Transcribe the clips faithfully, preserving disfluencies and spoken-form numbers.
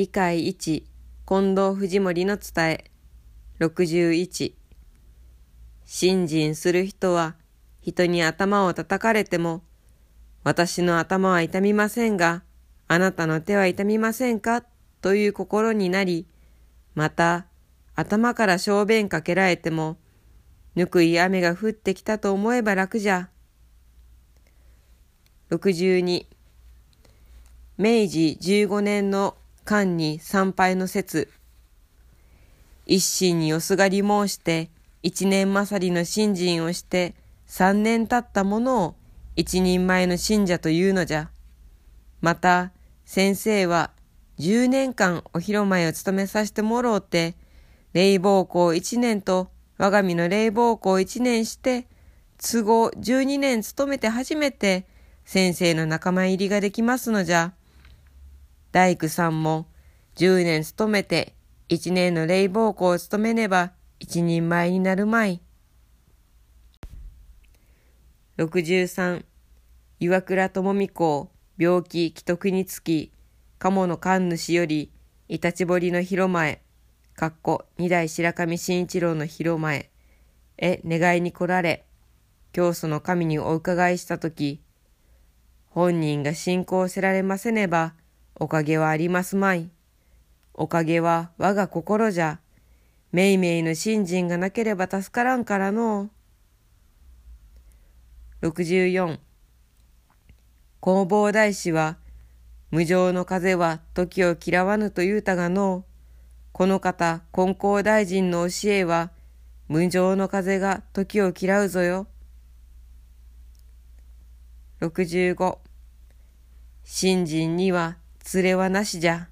理解いち、近藤藤森の伝え。ろくじゅういち、信心する人は人に頭を叩かれても、私の頭は痛みませんが、あなたの手は痛みませんかという心になり、また頭から小便かけられても、ぬくい雨が降ってきたと思えば楽じゃ。ろくじゅうに、めいじじゅうごねんの間に参拝の説。一心におすがり申して一年勝りの信心をして三年経ったものを一人前の信者というのじゃ。また先生は十年間お広前を務めさせてもろうて、霊宝校一年と我が身の霊宝校一年して都合十二年勤めて初めて先生の仲間入りができますのじゃ。大工さんも十年勤めて一年の霊宝校を務めねば一人前になるまい。ろくじゅうさん、岩倉智美公病気危篤につき鴨の神主よりいたち堀の広前かっこ二代白神慎一郎の広前へ願いに来られ、教祖の神にお伺いしたとき、本人が信仰せられませねばおかげはありますまい。おかげは我が心じゃ。めいめいの信心がなければ助からんからのう。ろくじゅうよん、弘法大師は無常の風は時を嫌わぬと言うたがのう。この方金光大臣の教えは無常の風が時を嫌うぞよ。ろくじゅうご、信心には連れはなしじゃ。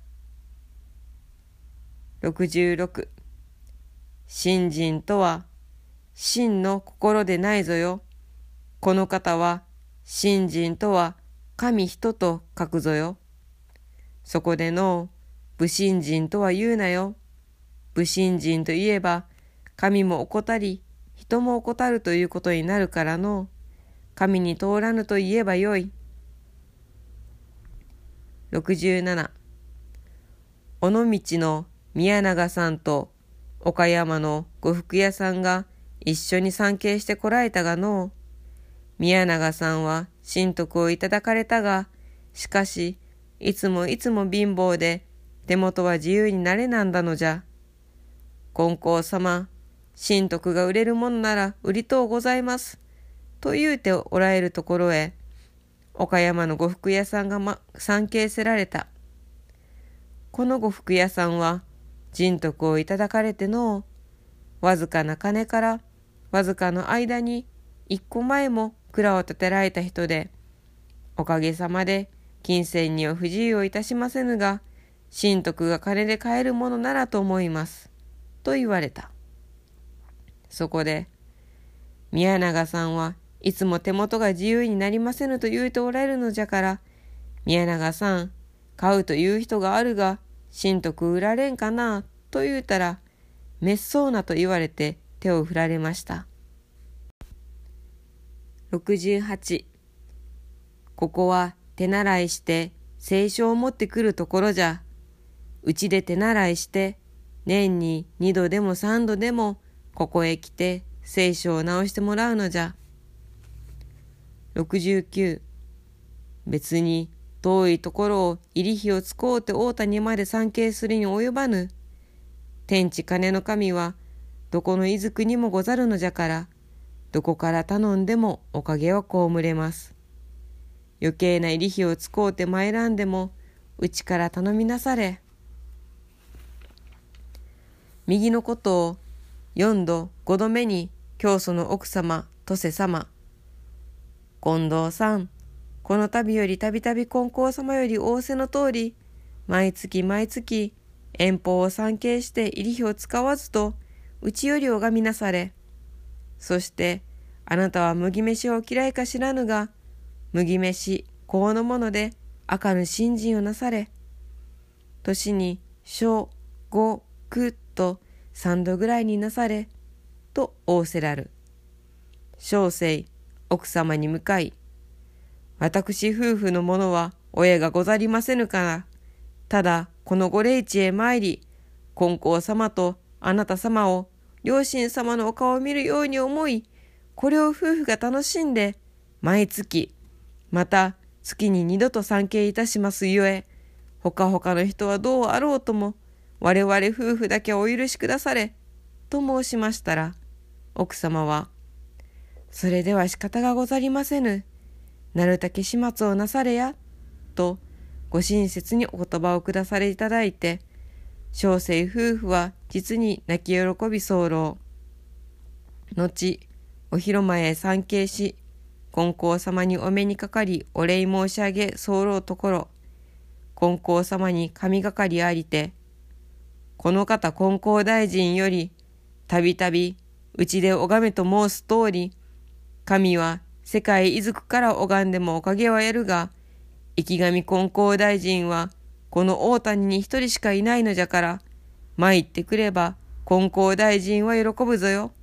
ろくじゅうろく、信心とは真の心でないぞよ。この方は信心とは神人と書くぞよ。そこでの不信心とは言うなよ。不信心といえば神も怠り人も怠るということになるからの、神に通らぬと言えばよい。ろくじゅうなな、尾道の宮永さんと岡山の呉服屋さんが一緒に参詣してこられたがのう。宮永さんは神徳をいただかれたが、しかしいつもいつも貧乏で手元は自由になれなんだのじゃ。金光様、神徳が売れるものなら売りとうございますと言うておられるところへ、岡山の呉服屋さんが、ま、参詣せられた。この呉服屋さんは神徳をいただかれてのう、わずかな金からわずかの間に一個前も蔵を建てられた人で、おかげさまで金銭には不自由をいたしませぬが、神徳が金で買えるものならと思いますと言われた。そこで宮永さんはいつも手元が自由になりませぬと言うておられるのじゃから、宮永さん、買うという人があるが神徳売られんかなと言うたら、めっそうなと言われて手を振られました。ろくじゅうはち、ここは手習いして聖書を持ってくるところじゃ。うちで手習いして年ににどでもさんどでもここへ来て聖書を直してもらうのじゃ。ろくじゅうきゅう、別に遠いところを入り火を使うて大谷まで参詣するに及ばぬ。天地金の神はどこのいずくにもござるのじゃから、どこから頼んでもおかげは被れます。余計な入り火を使うて参らんでもうちから頼みなされ。右のことを四度五度目に教祖の奥様とせ様、近藤さん、この度よりたびたび金光様より仰せの通り、毎月毎月遠方を参詣して入り火を使わずとうちより拝みなされ。そしてあなたは麦飯を嫌いか知らぬが、麦飯香のもので赤ぬ信心をなされ。年に小五九と三度ぐらいになされと仰せらる。小生奥様に向かい、私夫婦のものは親がござりませぬから、ただこのご霊地へ参り、金光様とあなた様を両親様のお顔を見るように思い、これを夫婦が楽しんで、毎月、また月に二度と参詣いたしますゆえ、ほかほかの人はどうあろうとも、我々夫婦だけお許しくだされ、と申しましたら、奥様は、それでは仕方がござりませぬ。なるたけ始末をなされや、とご親切にお言葉をくだされいただいて、小生夫婦は実に泣き喜び候。後、お広間へ参詣し、金光様にお目にかかりお礼申し上げ候ところ、金光様に神がかりありて、この方金光大臣より、たびたびうちで拝めと申す通り、神は世界いずくから拝んでもおかげはやるが、生神金光大臣はこの大谷に一人しかいないのじゃから、参ってくれば金光大臣は喜ぶぞよ。